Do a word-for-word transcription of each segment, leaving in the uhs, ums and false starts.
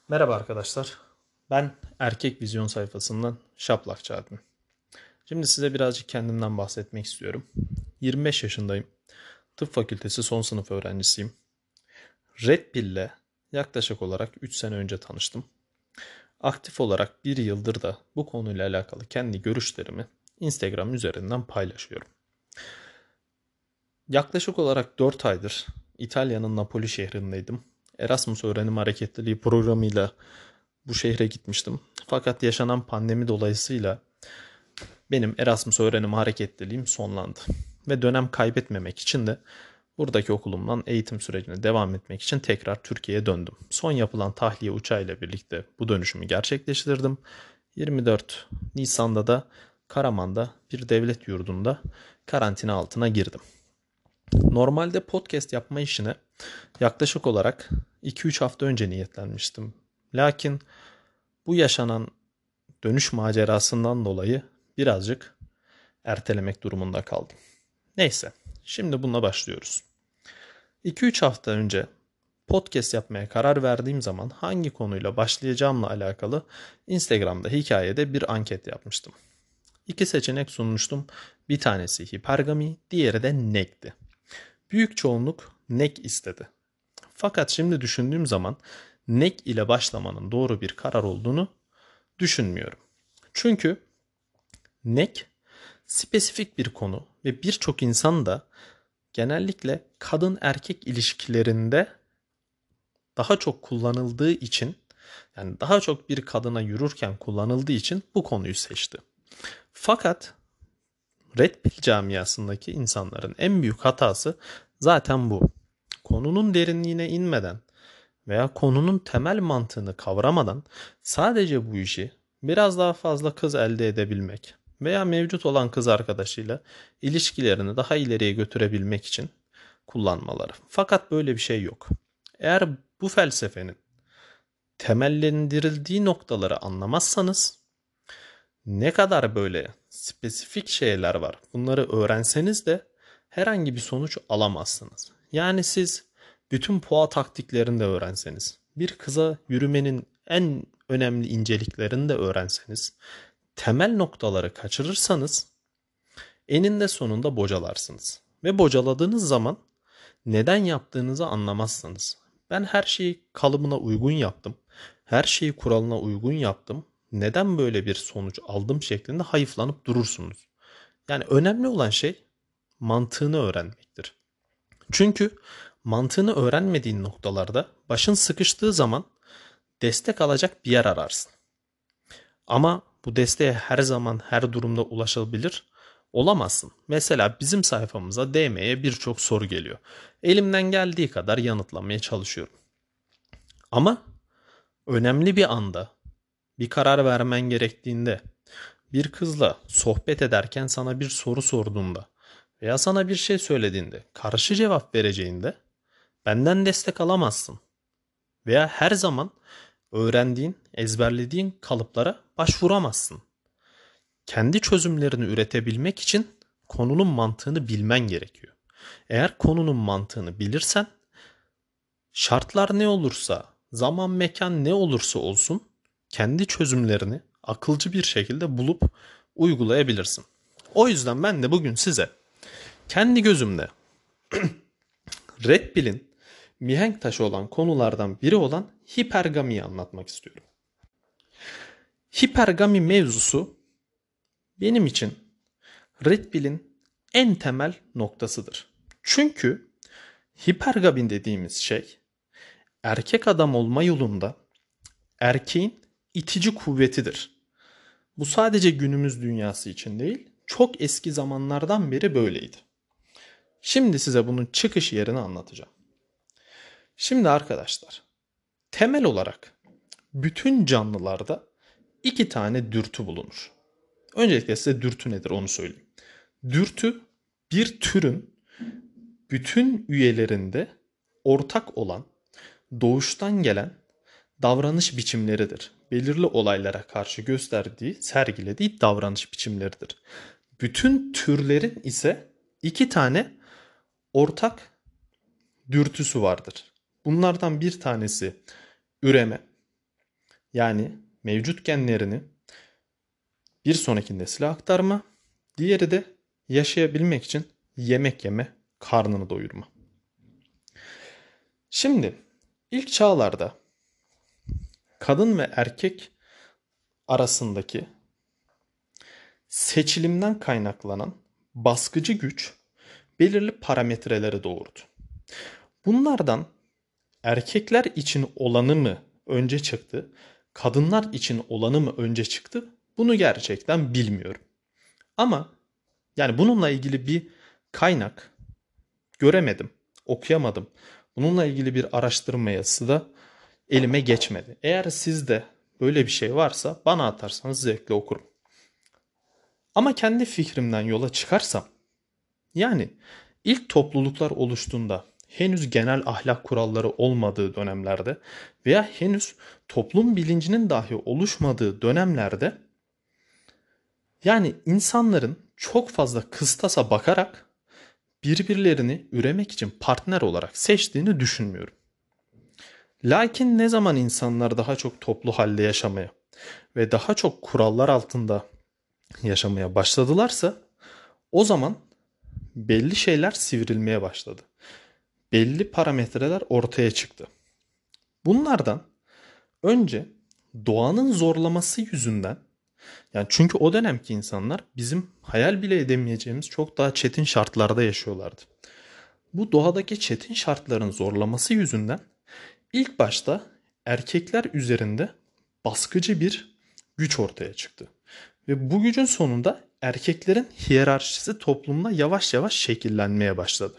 Merhaba arkadaşlar. Ben Erkek Vizyon sayfasından Şaplak Çağatay. Şimdi size birazcık kendimden bahsetmek istiyorum. yirmi beş yaşındayım. Tıp fakültesi son sınıf öğrencisiyim. Red Pill'le yaklaşık olarak üç sene önce tanıştım. Aktif olarak bir yıldır da bu konuyla alakalı kendi görüşlerimi Instagram üzerinden paylaşıyorum. Yaklaşık olarak dört aydır İtalya'nın Napoli şehrindeydim. Erasmus Öğrenim Hareketliliği programıyla bu şehre gitmiştim. Fakat yaşanan pandemi dolayısıyla benim Erasmus öğrenim hareketliliğim sonlandı. Ve dönem kaybetmemek için de buradaki okulumdan eğitim sürecine devam etmek için tekrar Türkiye'ye döndüm. Son yapılan tahliye uçağıyla birlikte bu dönüşümü gerçekleştirdim. yirmi dört Nisan'da da Karaman'da bir devlet yurdunda karantina altına girdim. Normalde podcast yapma işine yaklaşık olarak iki üç hafta önce niyetlenmiştim. Lakin bu yaşanan dönüş macerasından dolayı birazcık ertelemek durumunda kaldım. Neyse, şimdi bununla başlıyoruz. iki üç hafta önce podcast yapmaya karar verdiğim zaman hangi konuyla başlayacağımla alakalı Instagram'da hikayede bir anket yapmıştım. İki seçenek sunmuştum. Bir tanesi hipergami, diğeri de nekti. Büyük çoğunluk nek istedi. Fakat şimdi düşündüğüm zaman nek ile başlamanın doğru bir karar olduğunu düşünmüyorum. Çünkü nek spesifik bir konu ve birçok insan da genellikle kadın erkek ilişkilerinde daha çok kullanıldığı için, yani daha çok bir kadına yürürken kullanıldığı için bu konuyu seçti. Fakat Red Pill camiasındaki insanların en büyük hatası zaten bu. Konunun derinliğine inmeden veya konunun temel mantığını kavramadan sadece bu işi biraz daha fazla kız elde edebilmek veya mevcut olan kız arkadaşıyla ilişkilerini daha ileriye götürebilmek için kullanmaları. Fakat böyle bir şey yok. Eğer bu felsefenin temellendirildiği noktaları anlamazsanız ne kadar böyle spesifik şeyler var bunları öğrenseniz de herhangi bir sonuç alamazsınız. Yani siz bütün puan taktiklerini de öğrenseniz, bir kıza yürümenin en önemli inceliklerini de öğrenseniz, temel noktaları kaçırırsanız eninde sonunda bocalarsınız. Ve bocaladığınız zaman neden yaptığınızı anlamazsınız. Ben her şeyi kalıbına uygun yaptım. Her şeyi kuralına uygun yaptım. Neden böyle bir sonuç aldım şeklinde hayıflanıp durursunuz. Yani önemli olan şey mantığını öğrenmektir. Çünkü mantığını öğrenmediğin noktalarda başın sıkıştığı zaman destek alacak bir yer ararsın. Ama bu desteğe her zaman her durumda ulaşabilir olamazsın. Mesela bizim sayfamıza D M'ye birçok soru geliyor. Elimden geldiği kadar yanıtlamaya çalışıyorum. Ama önemli bir anda, bir karar vermen gerektiğinde, bir kızla sohbet ederken sana bir soru sorduğunda veya sana bir şey söylediğinde, karşı cevap vereceğinde benden destek alamazsın. Veya her zaman öğrendiğin, ezberlediğin kalıplara başvuramazsın. Kendi çözümlerini üretebilmek için konunun mantığını bilmen gerekiyor. Eğer konunun mantığını bilirsen, şartlar ne olursa, zaman mekan ne olursa olsun kendi çözümlerini akılcı bir şekilde bulup uygulayabilirsin. O yüzden ben de bugün size kendi gözümde Red Pill'in mihenk taşı olan konulardan biri olan hipergamiyi anlatmak istiyorum. Hipergami mevzusu benim için Red Pill'in en temel noktasıdır. Çünkü hipergami dediğimiz şey erkek adam olma yolunda erkeğin itici kuvvetidir. Bu sadece günümüz dünyası için değil, çok eski zamanlardan beri böyleydi. Şimdi size bunun çıkış yerini anlatacağım. Şimdi arkadaşlar, temel olarak bütün canlılarda iki tane dürtü bulunur. Öncelikle size dürtü nedir onu söyleyeyim. Dürtü bir türün bütün üyelerinde ortak olan, doğuştan gelen davranış biçimleridir. Belirli olaylara karşı gösterdiği, sergilediği davranış biçimleridir. Bütün türlerin ise iki tane ortak dürtüsü vardır. Bunlardan bir tanesi üreme, Yani mevcut genlerini bir sonraki nesile aktarma, diğeri de yaşayabilmek için yemek yeme, karnını doyurma. Şimdi ilk çağlarda kadın ve erkek arasındaki seçilimden kaynaklanan baskıcı güç belirli parametreleri doğurdu. Bunlardan erkekler için olanı mı önce çıktı, kadınlar için olanı mı önce çıktı? Bunu gerçekten bilmiyorum. Ama yani bununla ilgili bir kaynak göremedim, okuyamadım. Bununla ilgili bir araştırma yazısı da elime geçmedi. Eğer sizde böyle bir şey varsa bana atarsanız zevkle okurum. Ama kendi fikrimden yola çıkarsam, yani ilk topluluklar oluştuğunda henüz genel ahlak kuralları olmadığı dönemlerde veya henüz toplum bilincinin dahi oluşmadığı dönemlerde, yani insanların çok fazla kıstasa bakarak birbirlerini üremek için partner olarak seçtiğini düşünmüyorum. Lakin ne zaman insanlar daha çok toplu halde yaşamaya ve daha çok kurallar altında yaşamaya başladılarsa, o zaman belli şeyler sivrilmeye başladı. Belli parametreler ortaya çıktı. Bunlardan önce doğanın zorlaması yüzünden, yani çünkü o dönemki insanlar bizim hayal bile edemeyeceğimiz çok daha çetin şartlarda yaşıyorlardı. Bu doğadaki çetin şartların zorlaması yüzünden ilk başta erkekler üzerinde baskıcı bir güç ortaya çıktı. Ve bu gücün sonunda erkeklerin hiyerarşisi toplumda yavaş yavaş şekillenmeye başladı.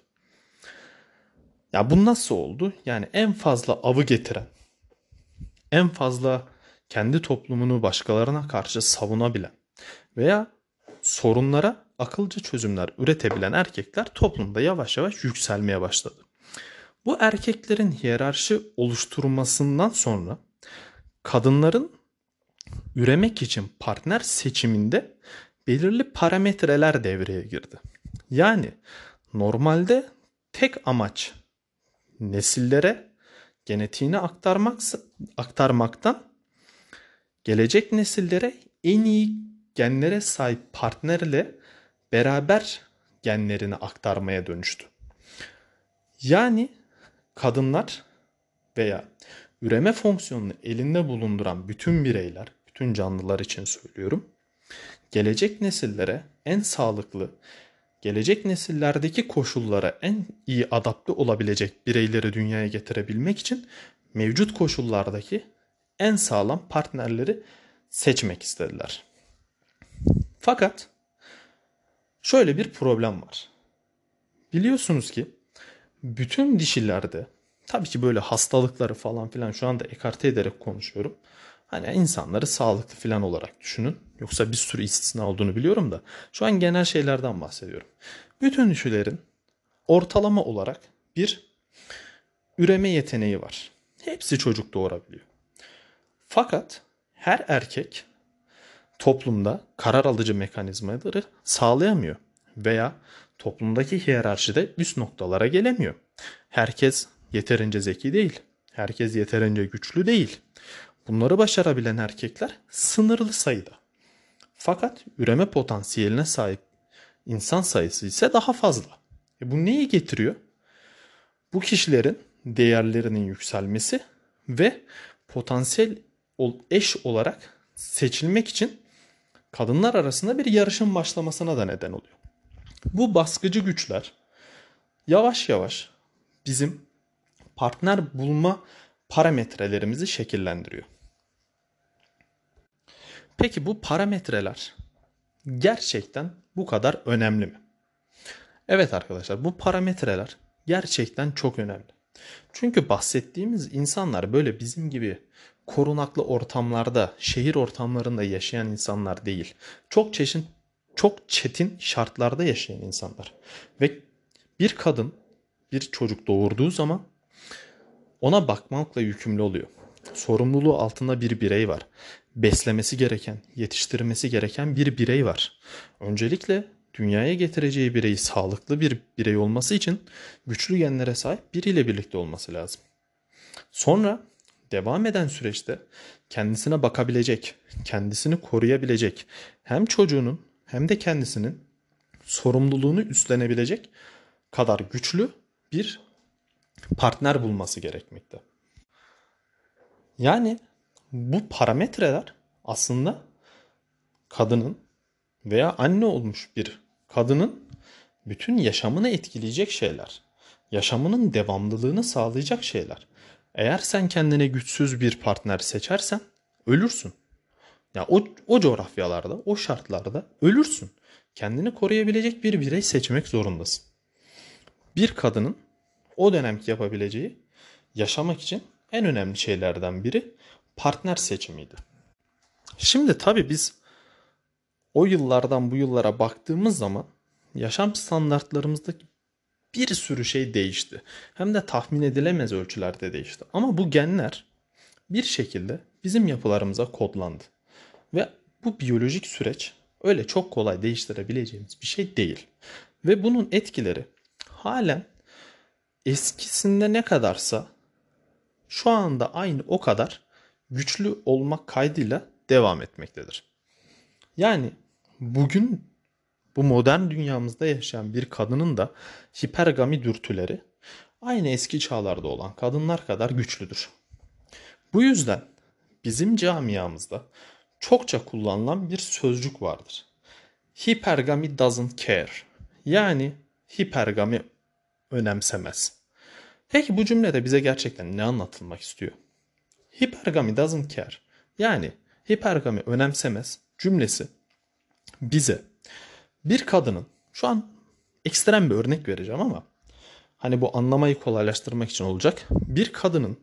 Ya bu nasıl oldu? Yani en fazla avı getiren, en fazla kendi toplumunu başkalarına karşı savunabilen veya sorunlara akılcı çözümler üretebilen erkekler toplumda yavaş yavaş yükselmeye başladı. Bu erkeklerin hiyerarşi oluşturmasından sonra kadınların üremek için partner seçiminde belirli parametreler devreye girdi. Yani normalde tek amaç nesillere genetiğini aktarmak, aktarmaktan gelecek nesillere en iyi genlere sahip partnerle beraber genlerini aktarmaya dönüştü. Yani kadınlar veya üreme fonksiyonunu elinde bulunduran bütün bireyler, bütün canlılar için söylüyorum, gelecek nesillere en sağlıklı, gelecek nesillerdeki koşullara en iyi adapte olabilecek bireyleri dünyaya getirebilmek için mevcut koşullardaki en sağlam partnerleri seçmek istediler. Fakat şöyle bir problem var. Biliyorsunuz ki bütün dişilerde, tabii ki böyle hastalıkları falan filan şu anda ekarte ederek konuşuyorum. Hani insanları sağlıklı filan olarak düşünün. Yoksa bir sürü istisna olduğunu biliyorum da şu an genel şeylerden bahsediyorum. Bütün dişilerin ortalama olarak bir üreme yeteneği var. Hepsi çocuk doğurabiliyor. Fakat her erkek toplumda karar alıcı mekanizmaları sağlayamıyor veya toplumdaki hiyerarşide üst noktalara gelemiyor. Herkes yeterince zeki değil. Herkes yeterince güçlü değil. Bunları başarabilen erkekler sınırlı sayıda. Fakat üreme potansiyeline sahip insan sayısı ise daha fazla. E bu neyi getiriyor? Bu kişilerin değerlerinin yükselmesi ve potansiyel eş olarak seçilmek için kadınlar arasında bir yarışın başlamasına da neden oluyor. Bu baskıcı güçler yavaş yavaş bizim partner bulma parametrelerimizi şekillendiriyor. Peki bu parametreler gerçekten bu kadar önemli mi? Evet arkadaşlar, bu parametreler gerçekten çok önemli. Çünkü bahsettiğimiz insanlar böyle bizim gibi korunaklı ortamlarda, şehir ortamlarında yaşayan insanlar değil. Çok çeşit, çok çetin şartlarda yaşayan insanlar. Ve bir kadın bir çocuk doğurduğu zaman ona bakmakla yükümlü oluyor. Sorumluluğu altında bir birey var. Beslemesi gereken, yetiştirmesi gereken bir birey var. Öncelikle dünyaya getireceği bireyi sağlıklı bir birey olması için güçlü genlere sahip biriyle birlikte olması lazım. Sonra devam eden süreçte kendisine bakabilecek, kendisini koruyabilecek, hem çocuğunun hem de kendisinin sorumluluğunu üstlenebilecek kadar güçlü bir partner bulması gerekmekte. Yani bu parametreler aslında kadının veya anne olmuş bir kadının bütün yaşamını etkileyecek şeyler. Yaşamının devamlılığını sağlayacak şeyler. Eğer sen kendine güçsüz bir partner seçersen ölürsün. Ya o, o coğrafyalarda, o şartlarda ölürsün. Kendini koruyabilecek bir birey seçmek zorundasın. Bir kadının o dönemki yapabileceği yaşamak için en önemli şeylerden biri partner seçimiydi. Şimdi tabii biz o yıllardan bu yıllara baktığımız zaman yaşam standartlarımızdaki bir sürü şey değişti. Hem de tahmin edilemez ölçülerde değişti. Ama bu genler bir şekilde bizim yapılarımıza kodlandı. Ve bu biyolojik süreç öyle çok kolay değiştirebileceğimiz bir şey değil. Ve bunun etkileri halen eskisinde ne kadarsa şu anda aynı o kadar güçlü olmak kaydıyla devam etmektedir. Yani bugün bu modern dünyamızda yaşayan bir kadının da hipergami dürtüleri aynı eski çağlarda olan kadınlar kadar güçlüdür. Bu yüzden bizim camiamızda çokça kullanılan bir sözcük vardır. Hipergami doesn't care. Yani hipergami önemsemez. Peki bu cümlede bize gerçekten ne anlatılmak istiyor? Hipergami doesn't care. Yani hipergami önemsemez cümlesi bize bir kadının, şu an ekstrem bir örnek vereceğim ama hani bu anlamayı kolaylaştırmak için olacak. Bir kadının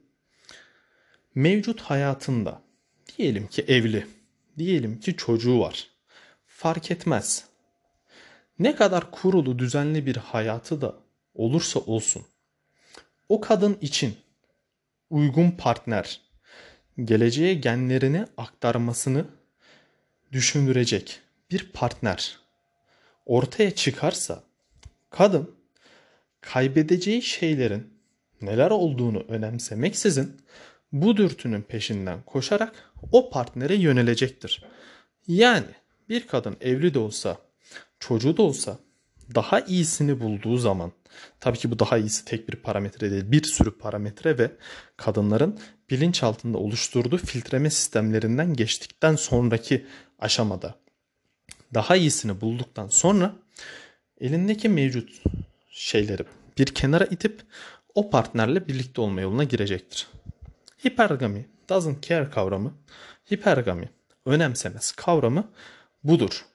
mevcut hayatında diyelim ki evli, diyelim ki çocuğu var. Fark etmez. Ne kadar kurulu, düzenli bir hayatı da olursa olsun o kadın için uygun partner, geleceğe genlerini aktarmasını düşündürecek bir partner ortaya çıkarsa kadın kaybedeceği şeylerin neler olduğunu önemsemeksizin bu dürtünün peşinden koşarak o partnere yönelecektir. Yani bir kadın evli de olsa, çocuğu da olsa daha iyisini bulduğu zaman, tabii ki bu daha iyisi tek bir parametre değil, bir sürü parametre ve kadınların bilinçaltında oluşturduğu filtreme sistemlerinden geçtikten sonraki aşamada daha iyisini bulduktan sonra elindeki mevcut şeyleri bir kenara itip o partnerle birlikte olma yoluna girecektir. Hipergami, doesn't care kavramı, hipergami, önemsemez kavramı budur.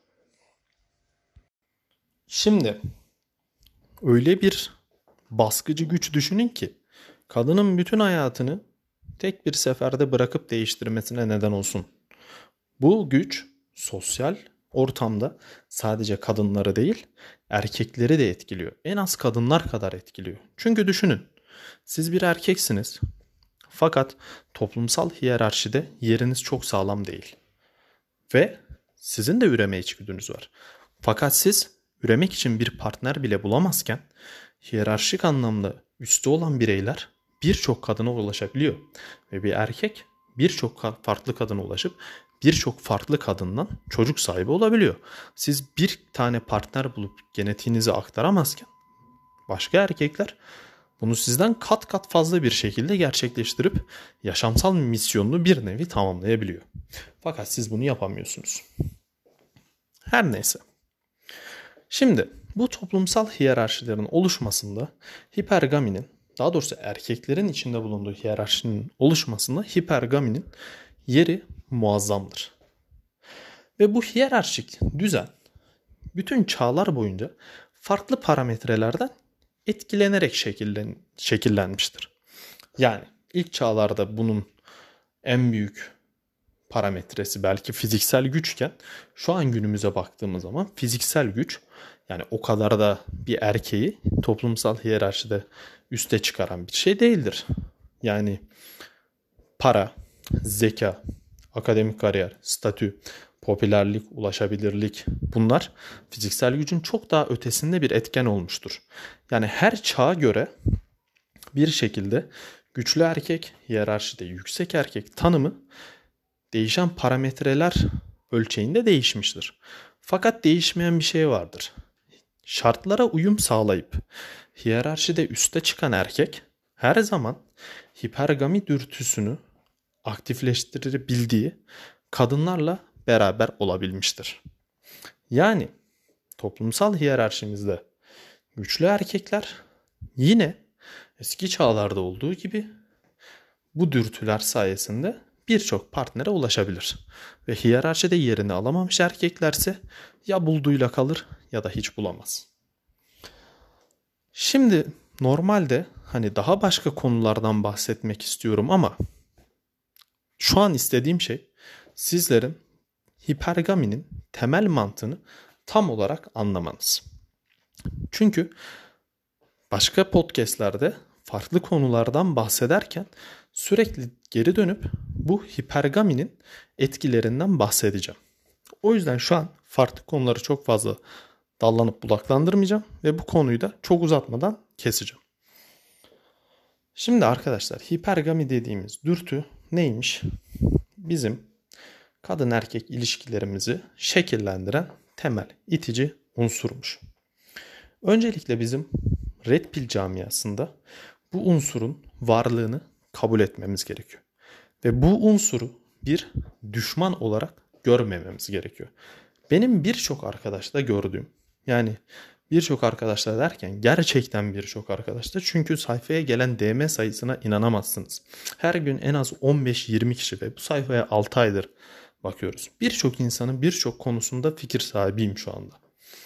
Şimdi öyle bir baskıcı güç düşünün ki kadının bütün hayatını tek bir seferde bırakıp değiştirmesine neden olsun. Bu güç sosyal ortamda sadece kadınları değil erkekleri de etkiliyor. En az kadınlar kadar etkiliyor. Çünkü düşünün, siz bir erkeksiniz fakat toplumsal hiyerarşide yeriniz çok sağlam değil. Ve sizin de üreme içgüdünüz var. Fakat siz üremek için bir partner bile bulamazken hiyerarşik anlamda üstte olan bireyler birçok kadına ulaşabiliyor. Ve bir erkek birçok farklı kadına ulaşıp birçok farklı kadından çocuk sahibi olabiliyor. Siz bir tane partner bulup genetiğinizi aktaramazken başka erkekler bunu sizden kat kat fazla bir şekilde gerçekleştirip yaşamsal misyonunu bir nevi tamamlayabiliyor. Fakat siz bunu yapamıyorsunuz. Her neyse. Şimdi bu toplumsal hiyerarşilerin oluşmasında hipergaminin, daha doğrusu erkeklerin içinde bulunduğu hiyerarşinin oluşmasında hipergaminin yeri muazzamdır. Ve bu hiyerarşik düzen bütün çağlar boyunca farklı parametrelerden etkilenerek şekillen, şekillenmiştir. Yani ilk çağlarda bunun en büyük parametresi belki fiziksel güçken şu an günümüze baktığımız zaman fiziksel güç, yani o kadar da bir erkeği toplumsal hiyerarşide üste çıkaran bir şey değildir. Yani para, zeka, akademik kariyer, statü, popülerlik, ulaşabilirlik, bunlar fiziksel gücün çok daha ötesinde bir etken olmuştur. Yani her çağa göre bir şekilde Güçlü erkek, hiyerarşide yüksek erkek tanımı değişen parametreler ölçeğinde değişmiştir. Fakat değişmeyen bir şey vardır. Şartlara uyum sağlayıp hiyerarşide üste çıkan erkek her zaman hipergami dürtüsünü aktifleştirebildiği kadınlarla beraber olabilmiştir. Yani toplumsal hiyerarşimizde güçlü erkekler yine eski çağlarda olduğu gibi bu dürtüler sayesinde birçok partnere ulaşabilir. Ve hiyerarşide yerini alamamış erkeklerse ya bulduğuyla kalır ya da hiç bulamaz. Şimdi normalde hani daha başka konulardan bahsetmek istiyorum ama şu an istediğim şey sizlerin hipergaminin temel mantığını tam olarak anlamanız. Çünkü başka podcastlerde farklı konulardan bahsederken sürekli geri dönüp bu hipergaminin etkilerinden bahsedeceğim. O yüzden şu an farklı konuları çok fazla dallanıp budaklandırmayacağım ve bu konuyu da çok uzatmadan keseceğim. Şimdi arkadaşlar hipergami dediğimiz dürtü neymiş? Bizim kadın erkek ilişkilerimizi şekillendiren temel itici unsurmuş. Öncelikle bizim Red Pill camiasında bu unsurun varlığını kabul etmemiz gerekiyor. Ve bu unsuru bir düşman olarak görmememiz gerekiyor. Benim birçok arkadaşta gördüğüm, yani birçok arkadaşlar derken gerçekten birçok arkadaşta, çünkü sayfaya gelen D M sayısına inanamazsınız. Her gün en az on beş yirmi kişi ve bu sayfaya altı aydır bakıyoruz. Birçok insanın birçok konusunda fikir sahibiyim şu anda.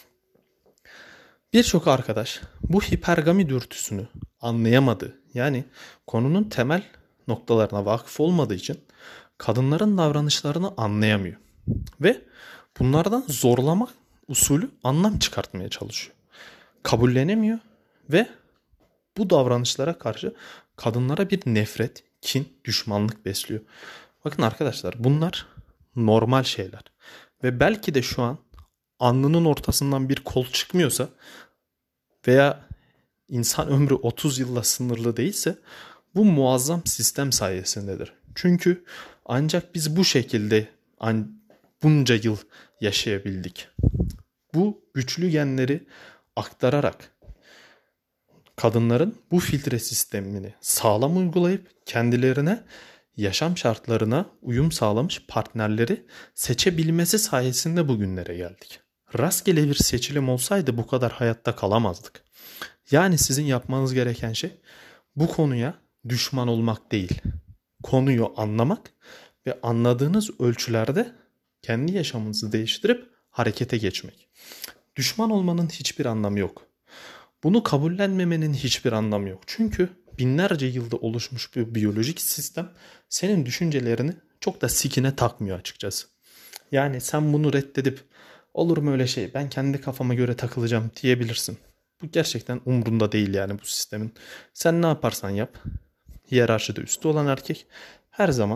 Birçok arkadaş bu hipergami dürtüsünü anlayamadı. Yani konunun temel noktalarına vakıf olmadığı için kadınların davranışlarını anlayamıyor. Ve bunlardan zorlama usulü anlam çıkartmaya çalışıyor. Kabullenemiyor ve bu davranışlara karşı kadınlara bir nefret, kin, düşmanlık besliyor. Bakın arkadaşlar, bunlar normal şeyler. Ve belki de şu an alnının ortasından bir kol çıkmıyorsa veya insan ömrü otuz yılla sınırlı değilse bu muazzam sistem sayesindedir. Çünkü ancak biz bu şekilde bunca yıl yaşayabildik. Bu güçlü genleri aktararak kadınların bu filtre sistemini sağlam uygulayıp kendilerine yaşam şartlarına uyum sağlamış partnerleri seçebilmesi sayesinde bugünlere geldik. Rastgele bir seçilim olsaydı bu kadar hayatta kalamazdık. Yani sizin yapmanız gereken şey bu konuya düşman olmak değil. Konuyu anlamak ve anladığınız ölçülerde kendi yaşamınızı değiştirip harekete geçmek. Düşman olmanın hiçbir anlamı yok. Bunu kabullenmemenin hiçbir anlamı yok. Çünkü binlerce yılda oluşmuş bir biyolojik sistem senin düşüncelerini çok da sikine takmıyor açıkçası. Yani sen bunu reddedip olur mu öyle şey, ben kendi kafama göre takılacağım diyebilirsin. Bu gerçekten umrunda değil yani bu sistemin. Sen ne yaparsan yap, hiyerarşide üstü olan erkek her zaman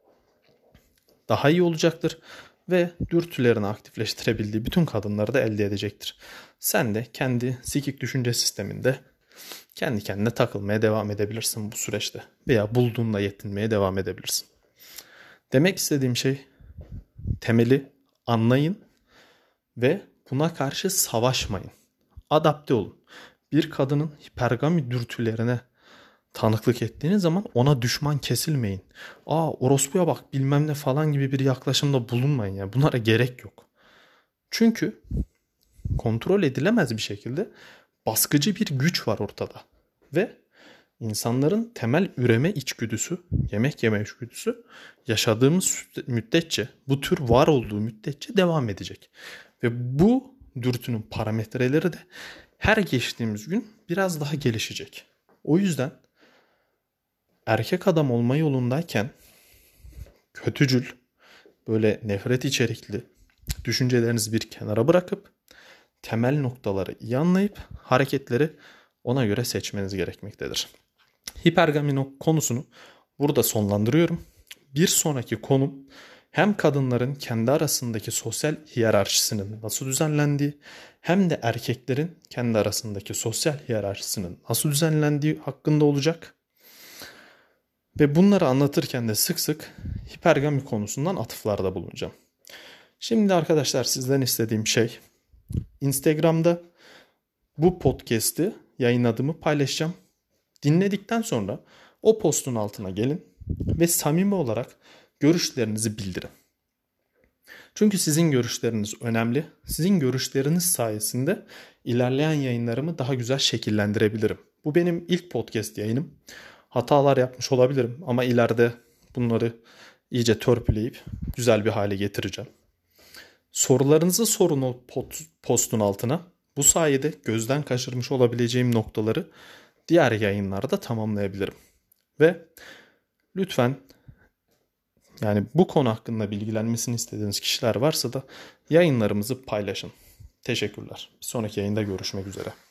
daha iyi olacaktır ve dürtülerini aktifleştirebildiği bütün kadınları da elde edecektir. Sen de kendi sikik düşünce sisteminde kendi kendine takılmaya devam edebilirsin bu süreçte veya bulduğunla yetinmeye devam edebilirsin. Demek istediğim şey, temeli anlayın ve buna karşı savaşmayın. Adapte olun. Bir kadının hipergami dürtülerine tanıklık ettiğiniz zaman ona düşman kesilmeyin. Aa orospuya bak bilmem ne falan gibi bir yaklaşımda bulunmayın ya. Bunlara gerek yok. Çünkü kontrol edilemez bir şekilde baskıcı bir güç var ortada. Ve insanların temel üreme içgüdüsü, yemek yeme içgüdüsü yaşadığımız müddetçe, bu tür var olduğu müddetçe devam edecek. Ve bu dürtünün parametreleri de her geçtiğimiz gün biraz daha gelişecek. O yüzden erkek adam olma yolundayken kötücül, böyle nefret içerikli düşüncelerinizi bir kenara bırakıp temel noktaları iyi anlayıp hareketleri ona göre seçmeniz gerekmektedir. Hipergami konusunu burada sonlandırıyorum. Bir sonraki konum hem kadınların kendi arasındaki sosyal hiyerarşisinin nasıl düzenlendiği hem de erkeklerin kendi arasındaki sosyal hiyerarşisinin nasıl düzenlendiği hakkında olacak. Ve bunları anlatırken de sık sık hipergami konusundan atıflarda bulunacağım. Şimdi arkadaşlar sizden istediğim şey, Instagram'da bu podcast'i yayınladığımı paylaşacağım. Dinledikten sonra o postun altına gelin ve samimi olarak görüşlerinizi bildirin. Çünkü sizin görüşleriniz önemli. Sizin görüşleriniz sayesinde ilerleyen yayınlarımı daha güzel şekillendirebilirim. Bu benim ilk podcast yayınım. Hatalar yapmış olabilirim ama ileride bunları iyice törpüleyip güzel bir hale getireceğim. Sorularınızı sorun o postun altına. Bu sayede gözden kaçırmış olabileceğim noktaları diğer yayınlarda tamamlayabilirim. Ve lütfen, yani bu konu hakkında bilgilenmesini istediğiniz kişiler varsa da yayınlarımızı paylaşın. Teşekkürler. Bir sonraki yayında görüşmek üzere.